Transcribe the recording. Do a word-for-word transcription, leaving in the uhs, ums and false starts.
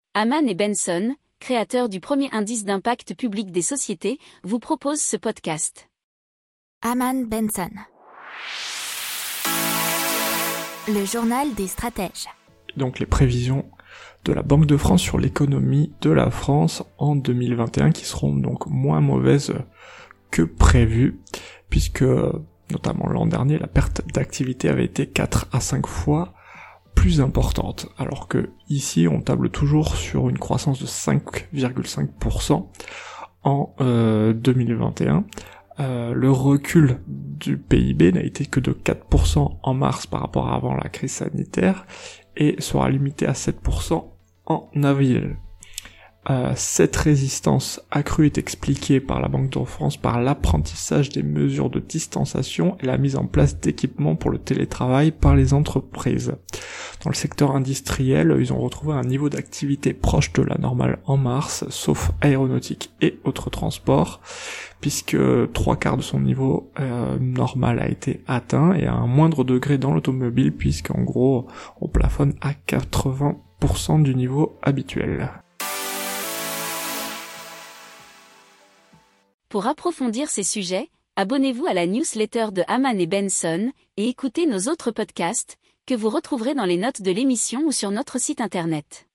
Hamann et Benson, créateurs du premier indice d'impact public des sociétés, vous proposent ce podcast. Hamann Benson. Le journal des stratèges. Donc les prévisions de la Banque de France sur l'économie de la France en deux mille vingt et un qui seront donc moins mauvaises que prévu, puisque notamment l'an dernier la perte d'activité avait été quatre à cinq fois plus importante, alors que ici on table toujours sur une croissance de cinq virgule cinq pour cent en euh, deux mille vingt et un. Euh, le recul du P I B n'a été que de quatre pour cent en mars par rapport à avant la crise sanitaire et sera limité à sept pour cent en avril. Euh, cette résistance accrue est expliquée par la Banque de France par l'apprentissage des mesures de distanciation et la mise en place d'équipements pour le télétravail par les entreprises. Dans le secteur industriel, ils ont retrouvé un niveau d'activité proche de la normale en mars, sauf aéronautique et autres transports, puisque trois quarts de son niveau euh, normal a été atteint, et à un moindre degré dans l'automobile, puisqu'en gros, on plafonne à quatre-vingts pour cent du niveau habituel. Pour approfondir ces sujets, abonnez-vous à la newsletter de Hamann et Benson et écoutez nos autres podcasts, que vous retrouverez dans les notes de l'émission ou sur notre site internet.